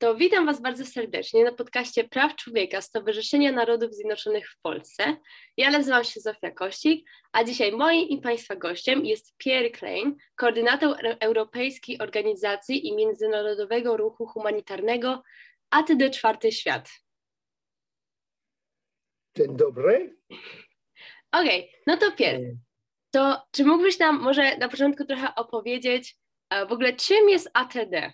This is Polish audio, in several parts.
To witam Was bardzo serdecznie na podcaście Praw Człowieka Stowarzyszenia Narodów Zjednoczonych w Polsce. Ja nazywam się Zofia Kościk, a dzisiaj moim i Państwa gościem jest Pierre Klein, koordynator Europejskiej Organizacji i Międzynarodowego Ruchu Humanitarnego ATD Czwarty Świat. Dzień dobry. Okej, no to Pierre, to czy mógłbyś nam może na początku trochę opowiedzieć w ogóle czym jest ATD?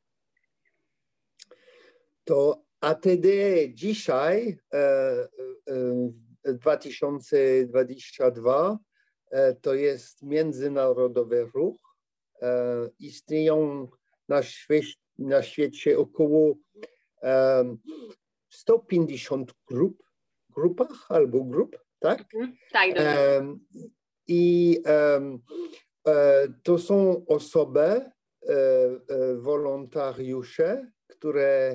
To ATD dzisiaj, 2022, to jest międzynarodowy ruch. Istnieją na świecie około 150 grupach albo grup, tak? Tak, dobrze. I to są osoby, wolontariusze, które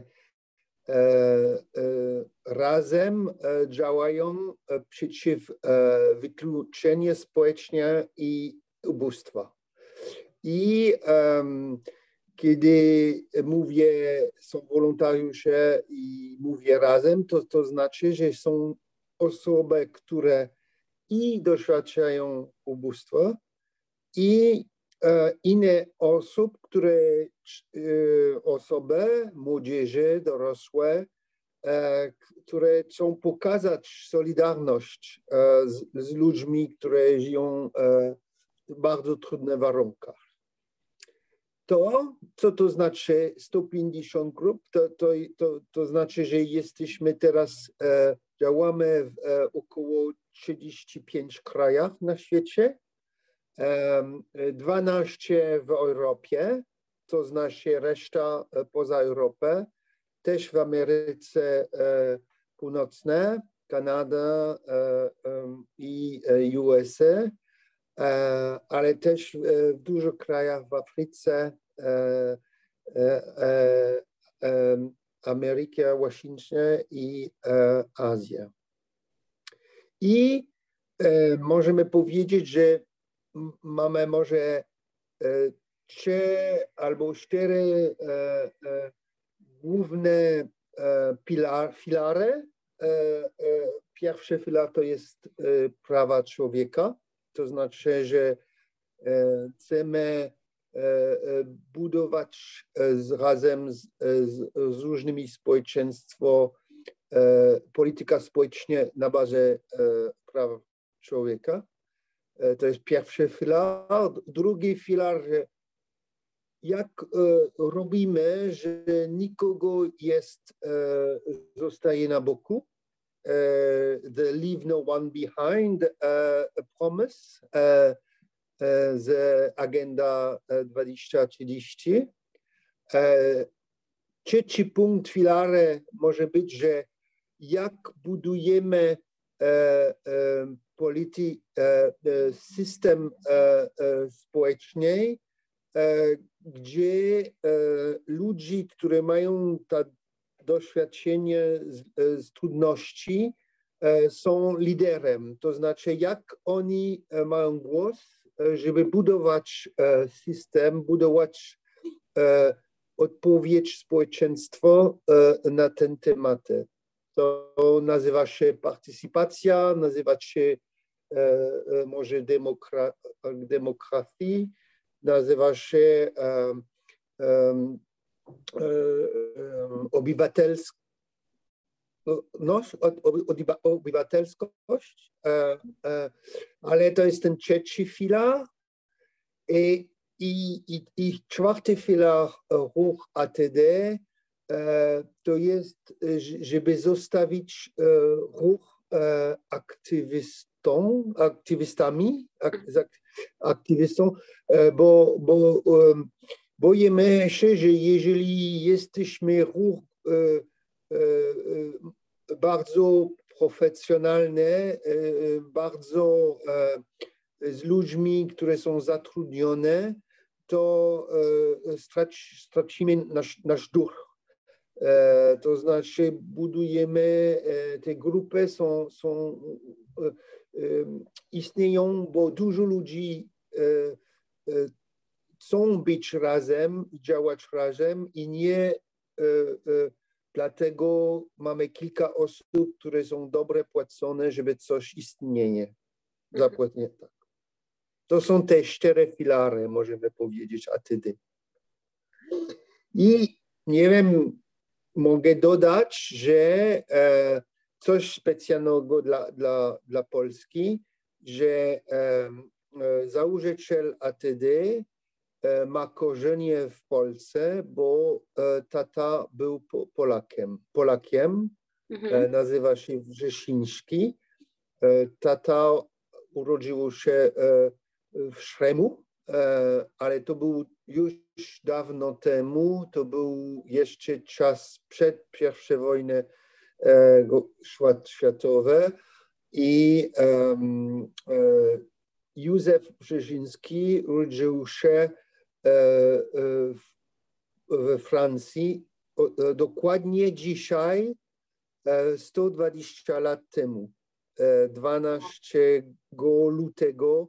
razem działają przeciw wykluczeniu społecznego i ubóstwa. I kiedy mówię, są wolontariusze i mówię razem, to znaczy, że są osoby, które i doświadczają ubóstwa, i inne osoby, młodzieży, dorosłe, które chcą pokazać solidarność z ludźmi, które żyją w bardzo trudnych warunkach. Co to znaczy 150 grup? To znaczy, że jesteśmy teraz, działamy w około 35 krajach na świecie. 12 w Europie, to znaczy reszta poza Europą, też w Ameryce Północnej, Kanada i USA, ale też w dużych krajach w Afryce, Ameryka Łacińska i Azja. I możemy powiedzieć, że mamy może 3 albo 4 główne filary. Pierwszy filar to jest prawa człowieka, to znaczy, że chcemy budować razem z różnymi społeczeństwami polityka społeczna na bazie praw człowieka. To jest pierwszy filar. Drugi filar, że jak robimy, że nikogo zostaje na boku. The Leave No One Behind promise z Agenda 2030. Trzeci punkt filara może być, że jak budujemy system społeczny, gdzie ludzie, którzy mają to doświadczenie z trudności, są liderem. To znaczy, jak oni mają głos, żeby budować system, budować odpowiedź społeczeństwa na ten temat. To nazywa się partycypacja, nazywa się może demokracji, nazywa się obywatelskość, ale to jest ten trzeci filar. I czwarty filar ruch ATD to jest, żeby zostawić ruch aktywistą, bo boimy się, że jeżeli jesteśmy ruch bardzo profesjonalny, bardzo z ludźmi, które są zatrudnione, to stracimy nasz duch. To znaczy budujemy, te grupy istnieją, bo dużo ludzi chcą być razem, działać razem i nie dlatego mamy kilka osób, które są dobre płacone, żeby coś istnieje. Zapłatnie tak. To są te 4 filary, możemy powiedzieć, ATD. I nie wiem, mogę dodać, że coś specjalnego dla Polski, że założyciel ATD ma korzenie w Polsce, bo tata był Polakiem, nazywa się Wrzesiński. Tata urodził się w Szremu, ale to był już dawno temu, to był jeszcze czas przed I wojną światową i Józef Brzeziński urodził się we Francji dokładnie dzisiaj 120 lat temu, 12 lutego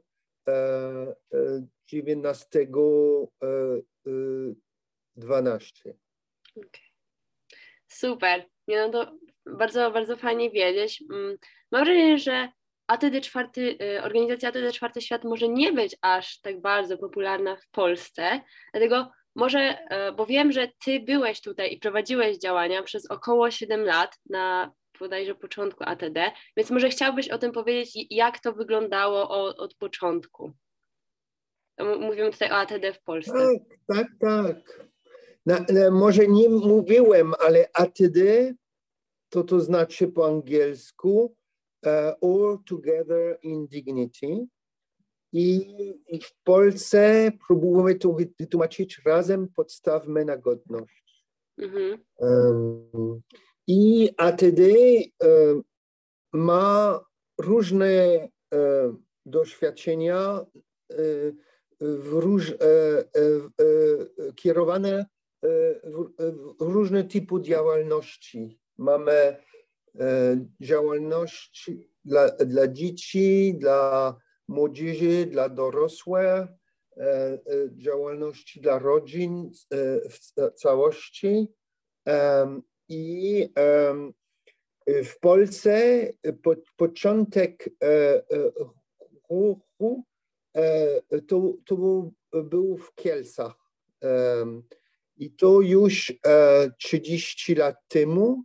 1912. Okay. Super. Nie, no to bardzo, bardzo fajnie wiedzieć. Mam wrażenie, że organizacja ATD Czwarty Świat może nie być aż tak bardzo popularna w Polsce, dlatego może, bo wiem, że ty byłeś tutaj i prowadziłeś działania przez około 7 lat na bodajże początku ATD, więc może chciałbyś o tym powiedzieć, jak to wyglądało od początku. Mówimy tutaj o ATD w Polsce. Tak. Może nie mówiłem, ale ATD to znaczy po angielsku All Together in Dignity. I w Polsce próbujemy to wytłumaczyć razem podstawmy na godność. I ATD ma różne doświadczenia kierowane w różne typy działalności. Mamy działalność dla dzieci, dla młodzieży, dla dorosłych, działalności dla rodzin w całości. I w Polsce początek ruchu to był w Kielcach. I to już 30 lat temu,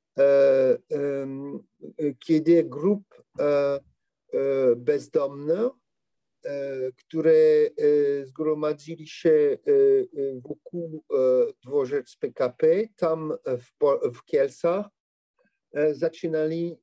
kiedy grup bezdomnych, które zgromadzili się wokół dworzec PKP, tam w Kielcach, zaczynali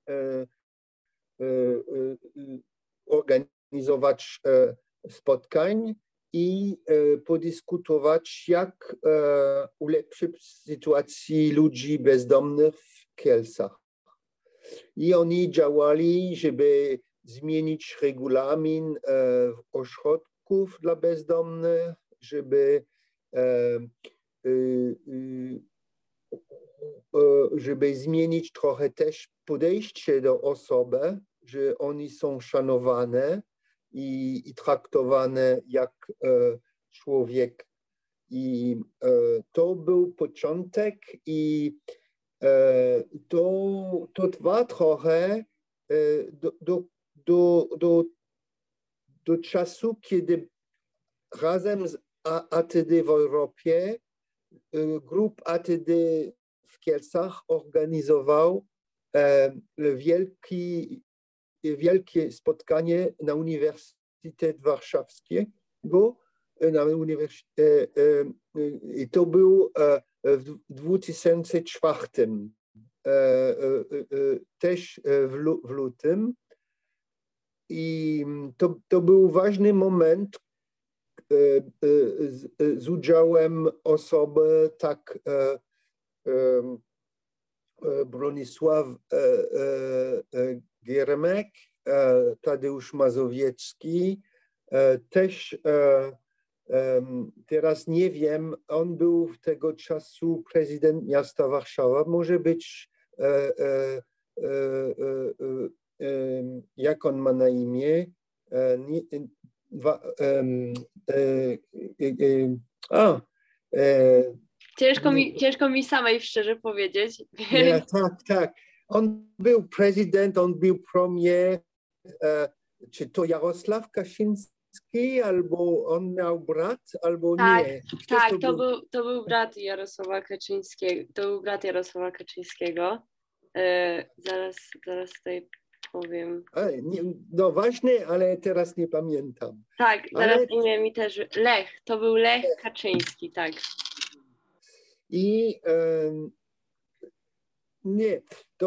organizować spotkań i podyskutować, jak ulepszyć sytuację ludzi bezdomnych w Kielcach. I oni działali, żeby zmienić regulamin ośrodków dla bezdomnych, żeby zmienić trochę też podejście do osoby, że oni są szanowane i traktowane jak człowiek. I to był początek i to trwa trochę do czasu, kiedy razem z ATD w Europie grup ATD w Kielcach organizował wielkie spotkanie na Uniwersytet Warszawskiego. I to był w 2004, też w lutym. I to był ważny moment z udziałem osoby tak Bronisław Giermek, Tadeusz Mazowiecki, też teraz nie wiem, on był tego czasu prezydent miasta Warszawa, może być, jak on ma na imię, Ciężko mi samej szczerze powiedzieć. Nie, tak. On był prezydent, on był premier. Czy to Jarosław Kaczyński, albo on miał brat, albo Tak, nie? tak, to był brat Jarosława Kaczyńskiego. To był brat Jarosława Kaczyńskiego. Zaraz tutaj powiem. No ważne, ale teraz nie pamiętam. Tak, zaraz imię mi też. Lech, to był Lech Kaczyński, tak. I nie,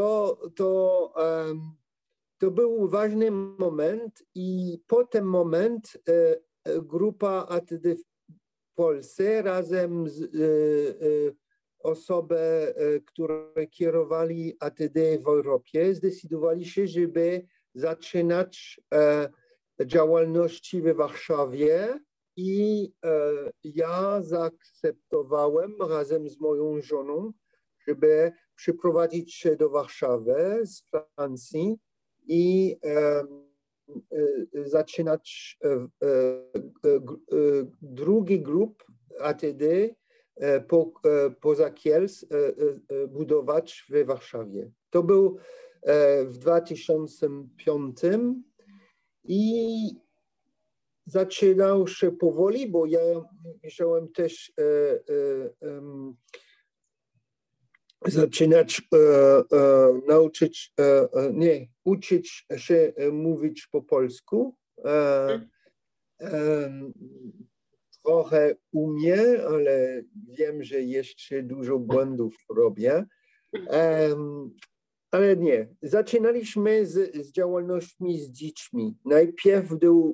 to był ważny moment i po ten moment grupa ATD w Polsce razem z osobą, które kierowali ATD w Europie, zdecydowali się, żeby zaczynać działalności we Warszawie i ja zaakceptowałem razem z moją żoną, żeby przyprowadzić się do Warszawy z Francji i zaczynać drugi grup ATD poza Kielc budować w Warszawie. To był w 2005 i zaczynał się powoli, bo ja musiałem też zaczynać uczyć się mówić po polsku. Trochę umiem, ale wiem, że jeszcze dużo błędów robię. Ale nie, zaczynaliśmy z działalnościami z dziećmi. Najpierw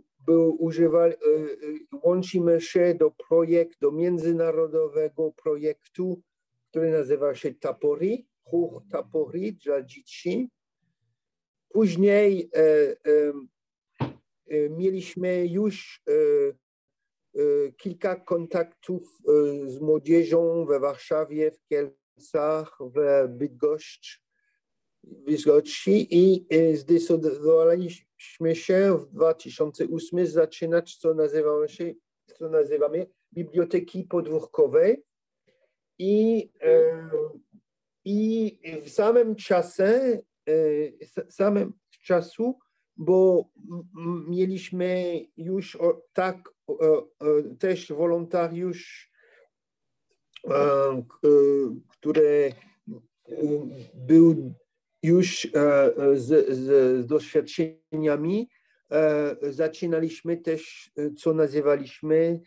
łączymy się do międzynarodowego projektu, który nazywa się Tapori, Ruch Tapori dla dzieci. Później mieliśmy już kilka kontaktów z młodzieżą we Warszawie, w Kielcach, w Bydgoszczy i zdecydowaliśmy się w 2008 zaczynać, co nazywamy biblioteki podwórkowej. I w samym czasu, bo mieliśmy już też wolontariusz, który był już z doświadczeniami, zaczynaliśmy też, co nazywaliśmy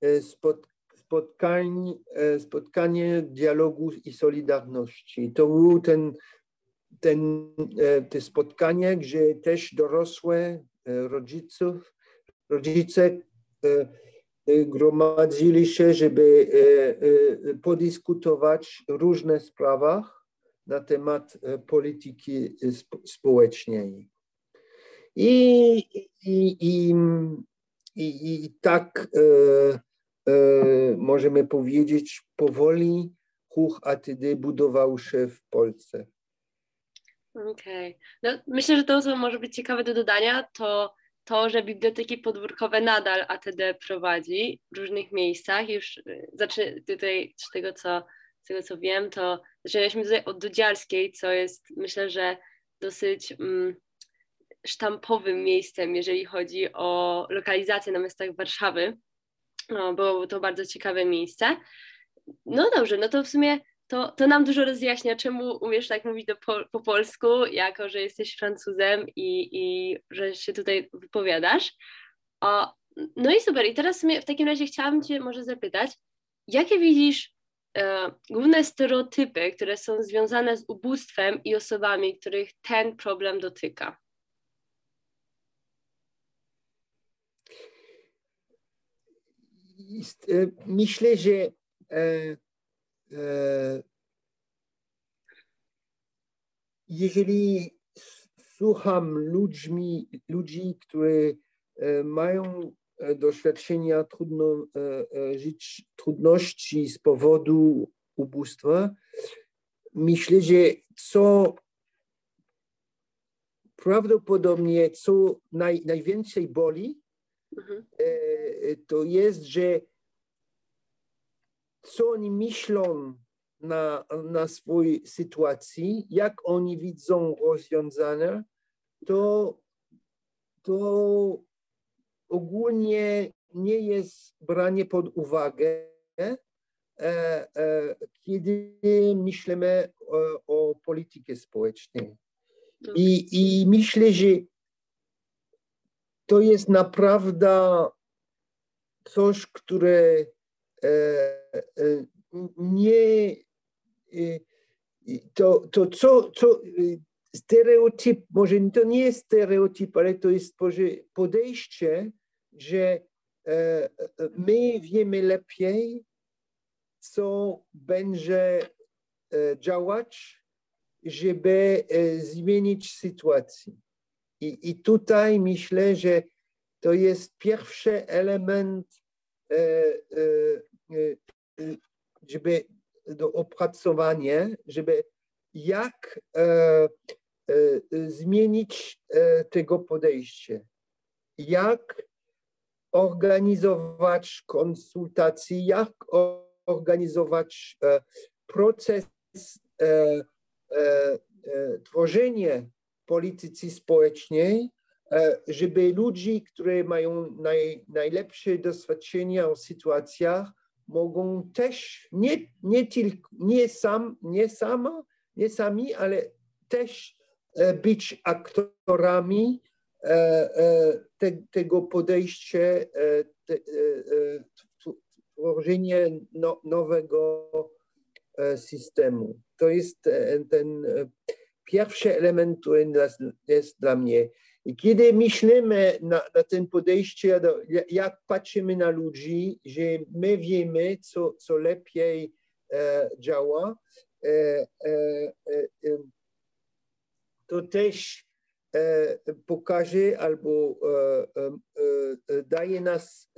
spotkanie dialogu i solidarności. To był te spotkanie, gdzie też dorosłe rodzice gromadzili się, żeby podyskutować o różnych sprawach na temat polityki społecznej. I tak możemy powiedzieć, powoli ruch ATD budował się w Polsce. Okej. No, myślę, że to, co może być ciekawe do dodania, to, że biblioteki podwórkowe nadal ATD prowadzi w różnych miejscach. Już tutaj z tego, co wiem, to zaczynaliśmy tutaj od Dudziarskiej, co jest, myślę, że dosyć sztampowym miejscem, jeżeli chodzi o lokalizację na miastach Warszawy. No, było to bardzo ciekawe miejsce. No dobrze, no to w sumie to nam dużo rozjaśnia, czemu umiesz tak mówić po polsku, jako że jesteś Francuzem i że się tutaj wypowiadasz. No i super. I teraz w takim razie chciałam Cię może zapytać, jakie widzisz główne stereotypy, które są związane z ubóstwem i osobami, których ten problem dotyka? Myślę, że jeżeli słucham ludzi, którzy mają doświadczenia trudności z powodu ubóstwa, myślę, że prawdopodobnie najwięcej boli, to jest, że co oni myślą na swojej sytuacji, jak oni widzą rozwiązania, to ogólnie nie jest brane pod uwagę, kiedy myślimy o polityce społecznej. I myślę, że to jest naprawdę coś, które nie co stereotyp, może to nie jest stereotyp, ale to jest podejście, że my wiemy lepiej, co będzie działać, żeby zmienić sytuację. I tutaj myślę, że to jest pierwszy element, żeby do opracowania, żeby jak zmienić tego podejście, jak organizować konsultacje, jak organizować proces tworzenia polityki społecznej, żeby ludzi, którzy mają najlepsze doświadczenia w sytuacjach, mogą też nie sami, ale też być aktorami tego podejścia, tworzenia nowego systemu. To jest ten pierwszy element, który jest dla mnie. I kiedy myślimy na ten podejście, jak patrzymy na ludzi, że my wiemy, co lepiej działa, to też pokaże albo daje nas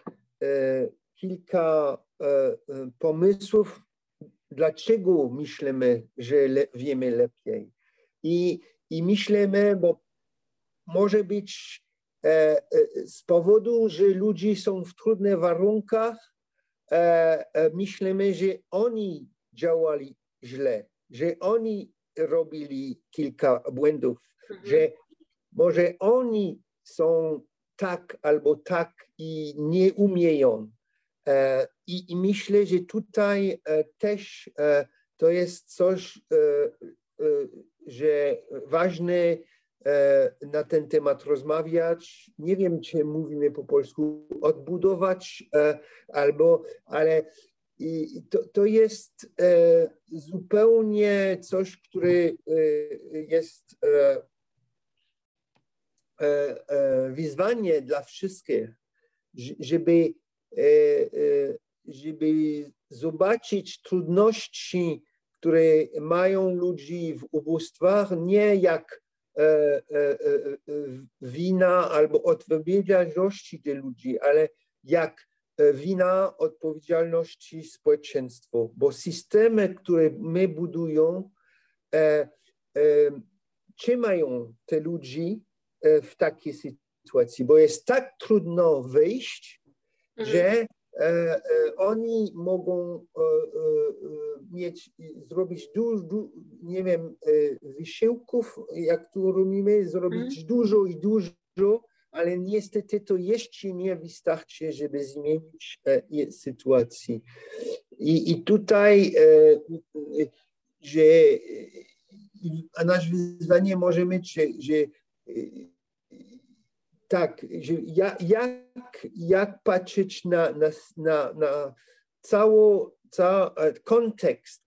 kilka pomysłów, dlaczego myślimy, że wiemy lepiej. I myślimy, bo może być z powodu, że ludzie są w trudnych warunkach, myślimy, że oni działali źle, że oni robili kilka błędów, że może oni są tak albo tak i nie umieją. I myślę, że tutaj też to jest coś, że ważne na ten temat rozmawiać. Nie wiem, czy mówimy po polsku odbudować, ale to jest zupełnie coś, które jest wyzwanie dla wszystkich, żeby zobaczyć trudności, które mają ludzie w ubóstwach, nie jak wina albo odpowiedzialności tych ludzi, ale jak wina odpowiedzialności społeczeństwa, bo systemy, które my budujemy, trzymają te ludzi w takiej sytuacji, bo jest tak trudno wyjść, że oni mogą zrobić nie wiem, wysiłków, jak tu robimy, zrobić dużo i dużo, ale niestety to jeszcze nie wystarczy, żeby zmienić sytuację. I tutaj, że nasze wyzwanie może być, że tak, że jak patrzeć na cały kontekst,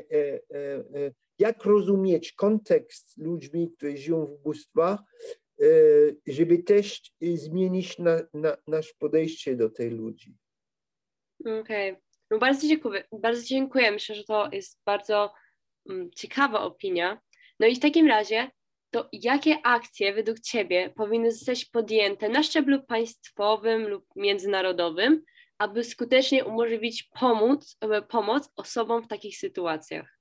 jak rozumieć kontekst ludźmi, którzy żyją w ubóstwach, żeby też zmienić nasze podejście do tych ludzi. Okej. No bardzo dziękuję. Myślę, że to jest bardzo ciekawa opinia. No i w takim razie, to jakie akcje według Ciebie powinny zostać podjęte na szczeblu państwowym lub międzynarodowym, aby skutecznie umożliwić pomoc osobom w takich sytuacjach?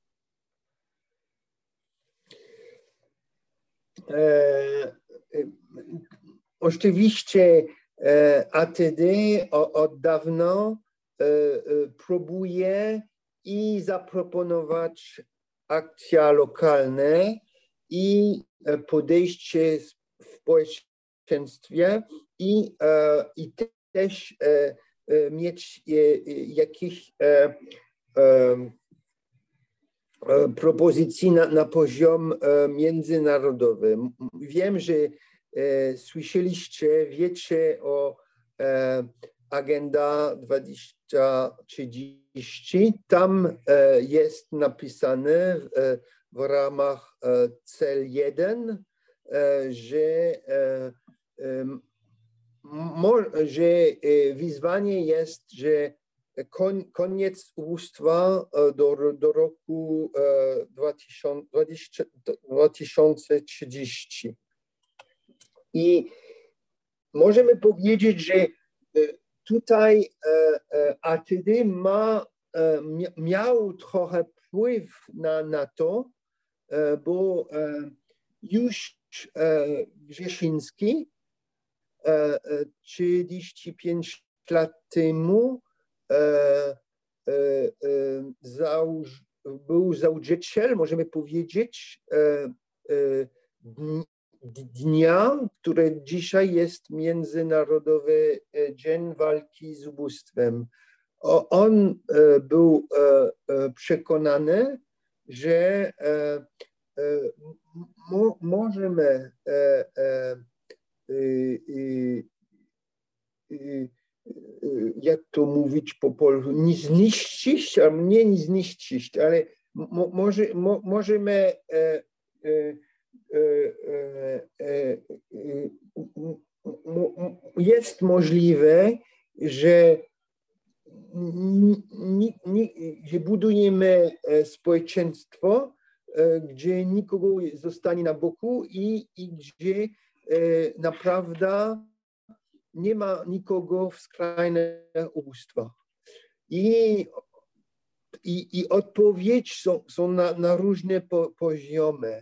Oczywiście ATD od dawna próbuje i zaproponować akcje lokalne i podejście w społeczeństwie i też mieć jakieś propozycji na poziom międzynarodowy. Wiem, że słyszeliście, wiecie o Agenda 2030. Tam jest napisane w ramach cel 1, że wyzwanie jest, że koniec ubóstwa do roku 2030. I możemy powiedzieć, że tutaj ATD miał trochę wpływ na to, bo już Wrzesiński 35 lat temu był założyciel, możemy powiedzieć, dnia, który dzisiaj jest Międzynarodowy Dzień Walki z Ubóstwem. On był przekonany, że możemy jak to mówić po polsku, nie zniszczyć, a nie zniszczyć, ale możemy jest możliwe, że budujemy społeczeństwo, gdzie nikogo zostanie na boku i gdzie naprawdę nie ma nikogo w skrajnym ubóstwie. I odpowiedź są na różne poziomy.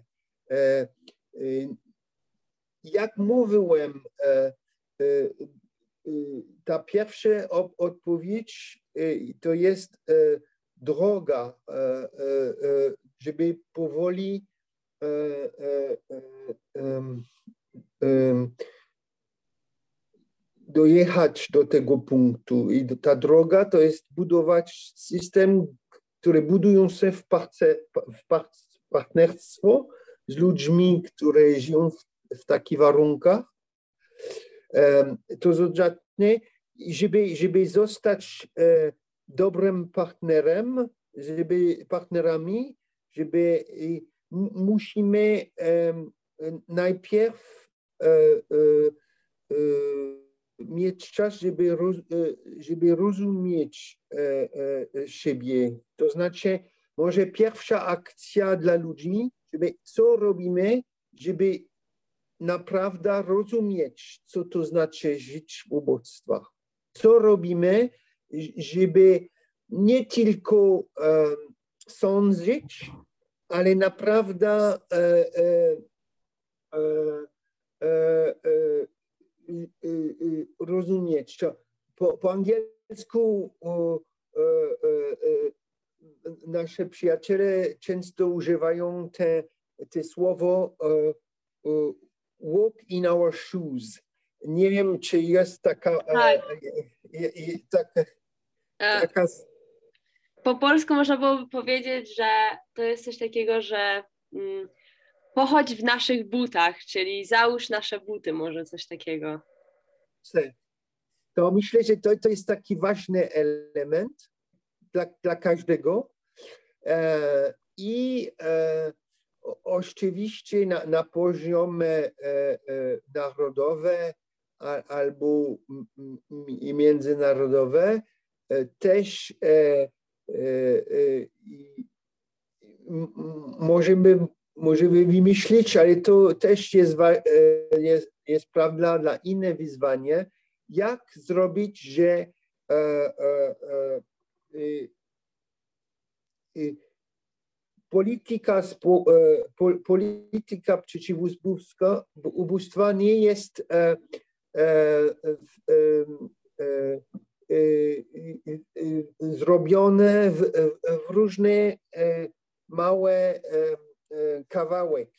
Jak mówiłem, ta pierwsza odpowiedź to jest droga, żeby powoli dojechać do tego punktu. I ta droga to jest budować system, który budują się w partnerstwo z ludźmi, którzy żyją w takich warunkach. To znaczy, żeby zostać dobrym partnerem, musimy najpierw mieć czas, żeby rozumieć siebie. To znaczy, może pierwsza akcja dla ludzi, co robimy, żeby naprawdę rozumieć, co to znaczy żyć w ubóstwie. Co robimy, żeby nie tylko sądzić, ale naprawdę rozumieć. Po angielsku nasze przyjaciele często używają te słowo walk in our shoes. Nie wiem, czy jest taka... Po polsku można byłoby powiedzieć, że to jest coś takiego, że pochodź w naszych butach, czyli załóż nasze buty, może coś takiego. To myślę, że to jest taki ważny element dla każdego. I oczywiście na poziomie narodowym albo międzynarodowym też możemy wymyślić, ale to też jest prawda dla innych wyzwania, jak zrobić, że polityka przeciw ubóstwa nie jest zrobione w różne małe kawałek.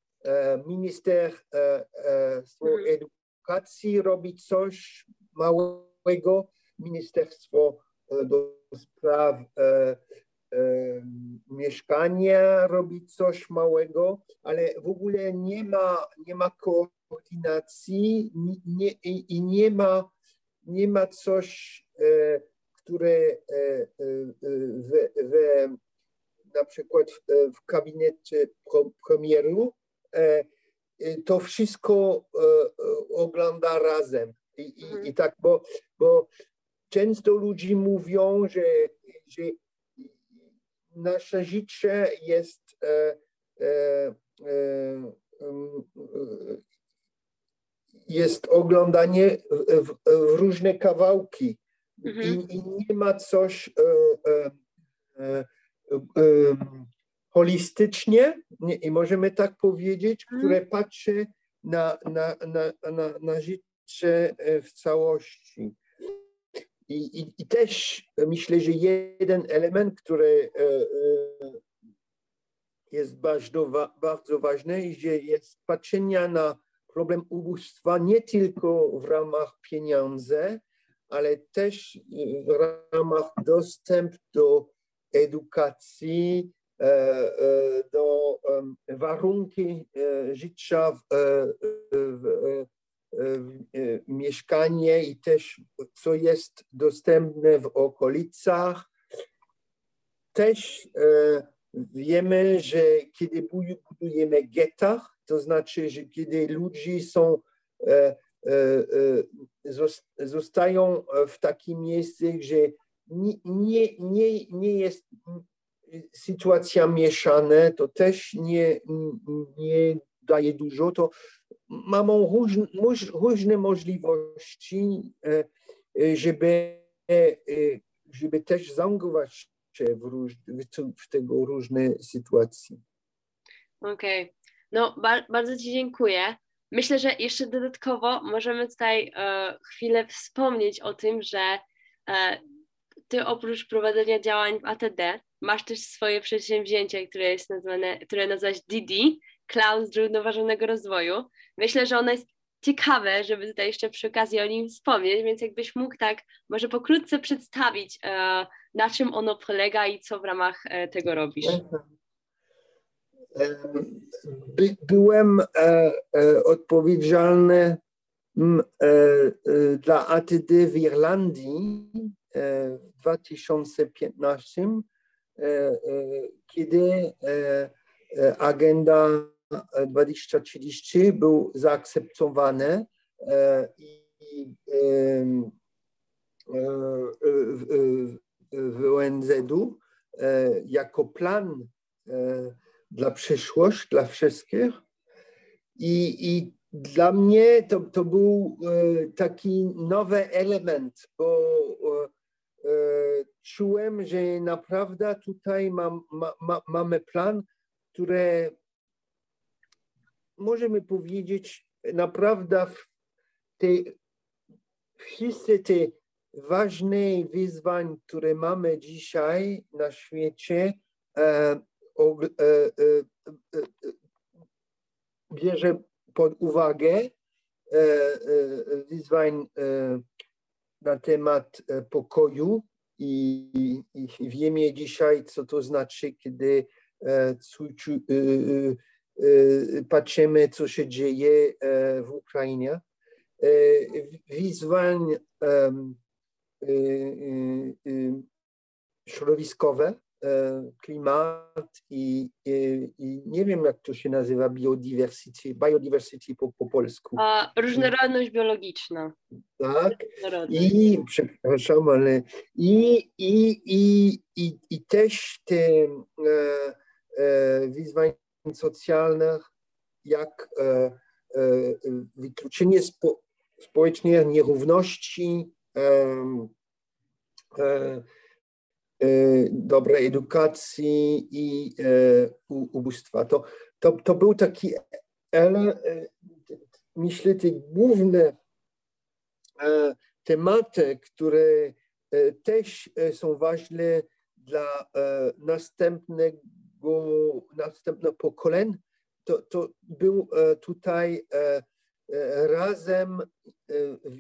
Ministerstwo Edukacji robi coś małego, Ministerstwo do Spraw Mieszkania robi coś małego, ale w ogóle nie ma koordynacji i nie ma coś, które na przykład w gabinecie premieru to wszystko ogląda razem. I tak, bo często ludzie mówią, że nasze życie jest oglądanie w różne kawałki i nie ma coś holistycznie, i możemy tak powiedzieć, które patrzy na życie w całości. I też myślę, że jeden element, który jest bardzo ważny, że jest patrzenia na problem ubóstwa nie tylko w ramach pieniędzy, ale też w ramach dostępu do edukacji, do warunki życia w mieszkanie i też co jest dostępne w okolicach. Też wiemy, że kiedy budujemy getta, to znaczy, że kiedy ludzie zostają w takim miejscu, że nie jest sytuacja mieszana, to też nie daje dużo, to mamy różne możliwości, żeby też zaangażować się w tego różne sytuacje. Okej. No, bardzo Ci dziękuję. Myślę, że jeszcze dodatkowo możemy tutaj chwilę wspomnieć o tym, że Ty oprócz prowadzenia działań w ATD masz też swoje przedsięwzięcie, które nazwałaś Didi, Cloud Zrównoważonego Rozwoju. Myślę, że ono jest ciekawe, żeby tutaj jeszcze przy okazji o nim wspomnieć, więc jakbyś mógł tak może pokrótce przedstawić, na czym ono polega i co w ramach tego robisz. Byłem odpowiedzialny dla ATD w Irlandii w 2015, kiedy Agenda 2030 był zaakceptowany w ONZ-u jako plan dla przyszłości, dla wszystkich. I dla mnie to był taki nowy element, bo czułem, że naprawdę tutaj mamy plan, który możemy powiedzieć naprawdę wszyscy te ważne wyzwania, które mamy dzisiaj na świecie, bierze pod uwagę wyzwań na temat pokoju i wiemy dzisiaj, co to znaczy, kiedy patrzymy, co się dzieje w Ukrainie. Wyzwań środowiskowe, klimat i nie wiem, jak to się nazywa, biodiversity po polsku. Różnorodność biologiczna. Tak. I przepraszam, ale i też te wyzwań socjalnych, jak wykluczenie społeczne, nierówności, dobrej edukacji i ubóstwa. To był taki, myślę, te główne tematy, które też są ważne dla następnego pokolenia. To był tutaj razem w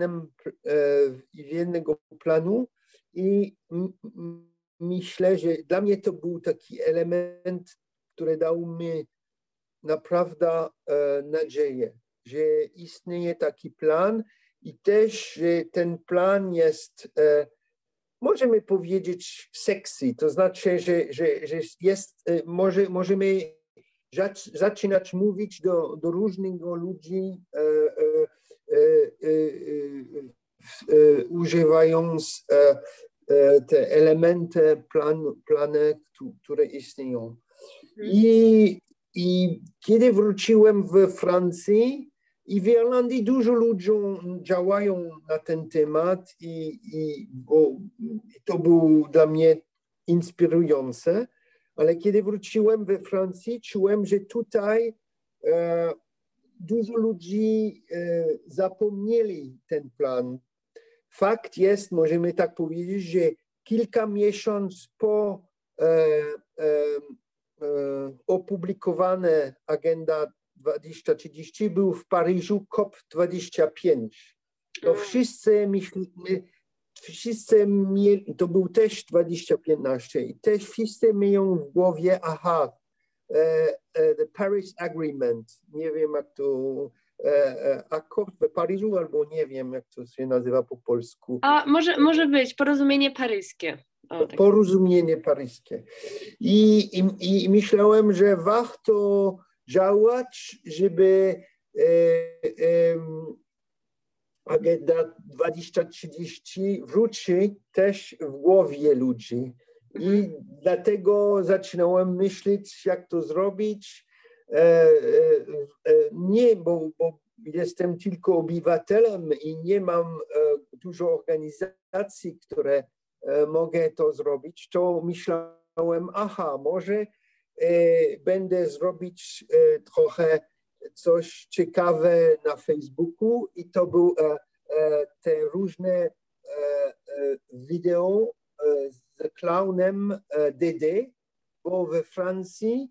jednego planu i myślę, że dla mnie to był taki element, który dał mi naprawdę nadzieję, że istnieje taki plan i też, że ten plan jest, możemy powiedzieć, sexy, to znaczy, że jest, możemy zaczynać mówić do różnych ludzi, używając te elementy planu, które istnieją. I kiedy wróciłem w Francji i w Irlandii, dużo ludzi działają na ten temat bo to było dla mnie inspirujące, ale kiedy wróciłem we Francji, czułem, że tutaj dużo ludzi zapomnieli ten plan. Fakt jest, możemy tak powiedzieć, że kilka miesięcy po opublikowane Agenda 2030 był w Paryżu COP25. To wszyscy mieli, to był też 2015 i też wszyscy mają w głowie, the Paris Agreement, nie wiem jak to, akord w Paryżu, albo nie wiem jak to się nazywa po polsku. A może być porozumienie paryskie. O, tak. Porozumienie paryskie. I myślałem, że warto działać, żeby Agenda 2030 wróci też w głowie ludzi. I dlatego zaczynałem myśleć, jak to zrobić. Nie, bo jestem tylko obywatelem i nie mam dużo organizacji, które mogę to zrobić, to myślałem, może będę zrobić trochę coś ciekawe na Facebooku i to były te różne wideo z klaunem Dédé, bo we Francji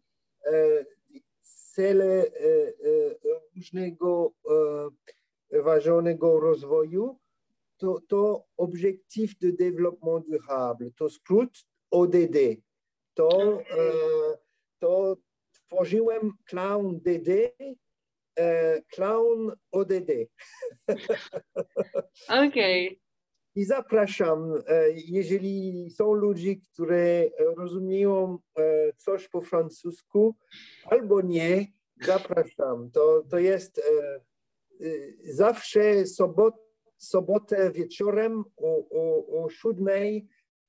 cele różnego ważonego rozwoju to Objectif de Développement Durable, to skrót ODD. To tworzyłem clown DD, clown ODD. Okej. I zapraszam, jeżeli są ludzie, którzy rozumieją coś po francusku, albo nie, zapraszam. To jest zawsze sobotę wieczorem o 7:00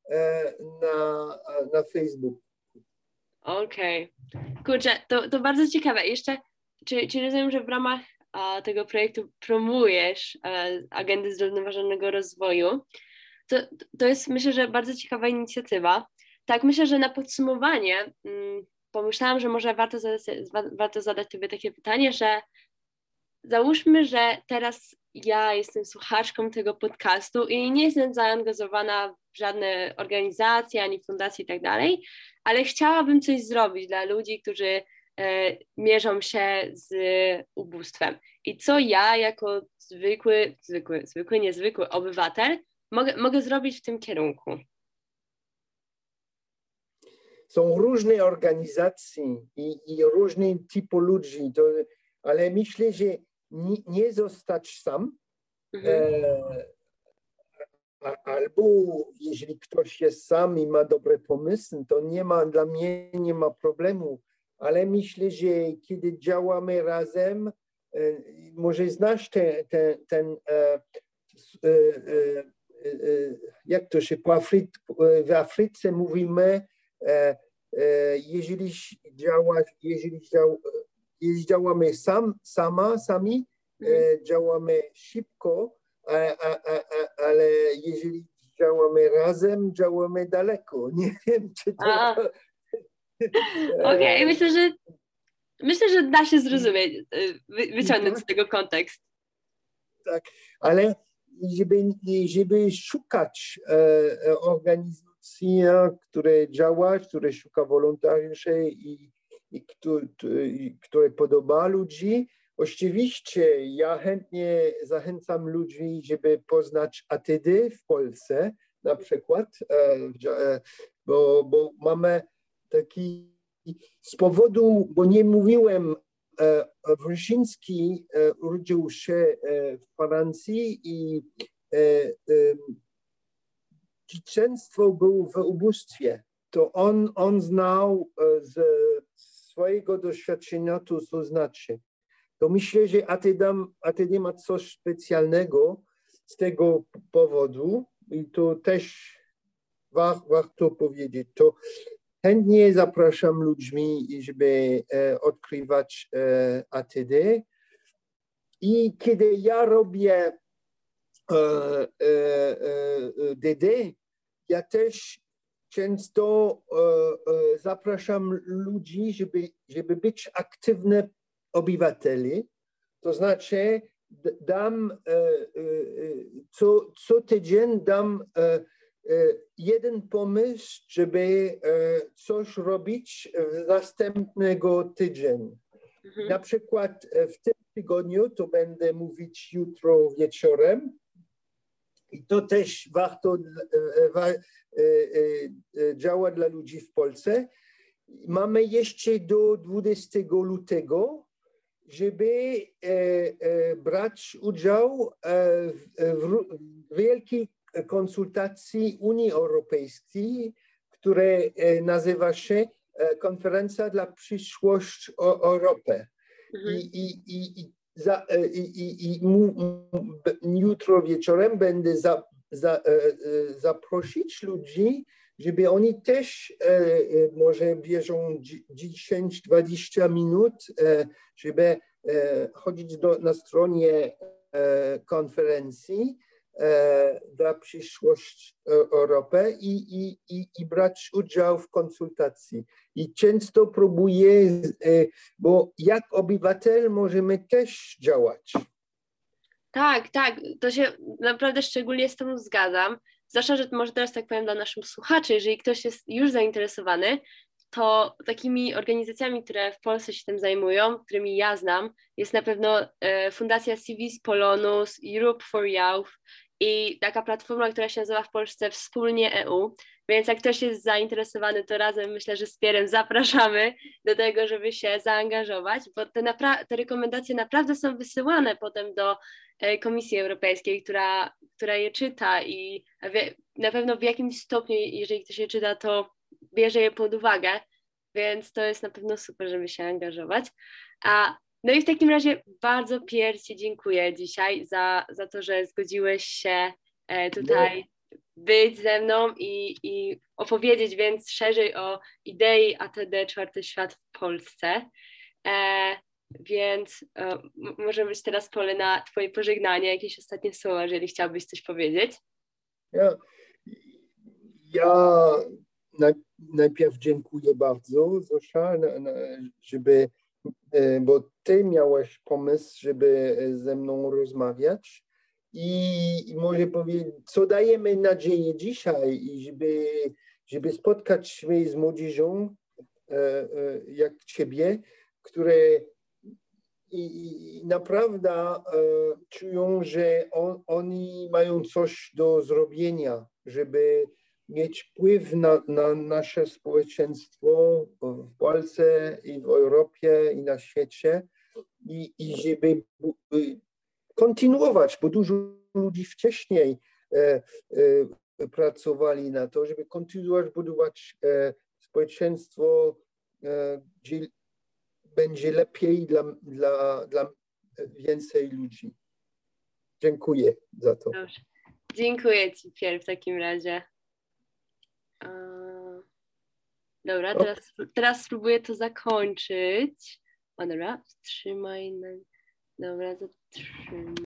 na Facebooku. Okej. Kurczę, to bardzo ciekawe. Jeszcze, czy rozumiem, że w ramach tego projektu promujesz agendę zrównoważonego rozwoju? To jest, myślę, że bardzo ciekawa inicjatywa. Tak, myślę, że na podsumowanie pomyślałam, że może warto zadać Tobie takie pytanie, że załóżmy, że teraz ja jestem słuchaczką tego podcastu i nie jestem zaangażowana w żadne organizacje, ani fundacje i tak dalej, ale chciałabym coś zrobić dla ludzi, którzy mierzą się z ubóstwem. I co ja jako niezwykły obywatel mogę zrobić w tym kierunku? Są różne organizacje i różne typy ludzi, ale myślę, że nie zostać sam. Albo jeżeli ktoś jest sam i ma dobre pomysły, to dla mnie nie ma problemu. Ale myślę, że kiedy działamy razem, może znasz ten jak to się w Afryce mówimy, jeżeli działamy sami, działamy szybko, ale jeżeli działamy razem, działamy daleko. Nie wiem, czy to... Okej, myślę, że da się zrozumieć, wyciągnąć z tego kontekst. Tak, ale żeby szukać organizacji, które szuka wolontariuszy które podoba ludzi. Oczywiście ja chętnie zachęcam ludzi, żeby poznać ATD w Polsce na przykład, bo mamy taki z powodu, bo nie mówiłem, Wrześniński urodził się w Francji i dzieciństwo było w ubóstwie. To on znał z swojego doświadczenia to znaczy. To myślę, że ATD ma coś specjalnego z tego powodu i to też warto powiedzieć. To chętnie zapraszam ludzi, żeby odkrywać ATD. I kiedy ja robię DD, ja też często zapraszam ludzi, żeby być aktywne obywateli. To znaczy dam co tydzień dam jeden pomysł, żeby coś robić w następnego tydzień. Na przykład w tym tygodniu to będę mówić jutro wieczorem i to też warto działa dla ludzi w Polsce. Mamy jeszcze do 20 lutego, żeby brać udział w wielkiej konsultacji Unii Europejskiej, która nazywa się Konferencja dla przyszłości Europy. Jutro wieczorem będę zaprosić ludzi, żeby oni też może bierzą 10-20 minut, żeby chodzić na stronie konferencji dla przyszłości Europy i brać udział w konsultacji. I często próbuję, bo jak obywatel możemy też działać. Tak, to się naprawdę szczególnie z tym zgadzam. Zwłaszcza, że może teraz tak powiem dla naszych słuchaczy, jeżeli ktoś jest już zainteresowany, to takimi organizacjami, które w Polsce się tym zajmują, którymi ja znam, jest na pewno Fundacja Civis Polonus, Europe for Youth i taka platforma, która się nazywa w Polsce Wspólnie EU. Więc jak ktoś jest zainteresowany, to razem myślę, że z Pierrem zapraszamy do tego, żeby się zaangażować, bo te rekomendacje naprawdę są wysyłane potem do Komisji Europejskiej, która je czyta i na pewno w jakimś stopniu, jeżeli ktoś je czyta, to bierze je pod uwagę, więc to jest na pewno super, żeby się angażować. No i w takim razie bardzo Pierre Ci dziękuję dzisiaj za to, że zgodziłeś się tutaj być ze mną i opowiedzieć więc szerzej o idei ATD Czwarty Świat w Polsce. Więc może być teraz pole na Twoje pożegnanie, jakieś ostatnie słowa, jeżeli chciałbyś coś powiedzieć. Ja najpierw dziękuję bardzo, Zosia, bo Ty miałaś pomysł, żeby ze mną rozmawiać i może powiedzieć, co dajemy nadzieję dzisiaj, żeby spotkać się z młodzieżą jak Ciebie, które i naprawdę czują, że oni mają coś do zrobienia, żeby mieć wpływ na nasze społeczeństwo w Polsce i w Europie i na świecie i żeby kontynuować, bo dużo ludzi wcześniej pracowali na to, żeby kontynuować budować społeczeństwo, gdzie będzie lepiej dla więcej ludzi. Dziękuję za to. Dobrze. Dziękuję Ci, Pierre, w takim razie. Dobra, teraz spróbuję to zakończyć. Dobra, wstrzymaj. Dobra, zatrzymaj.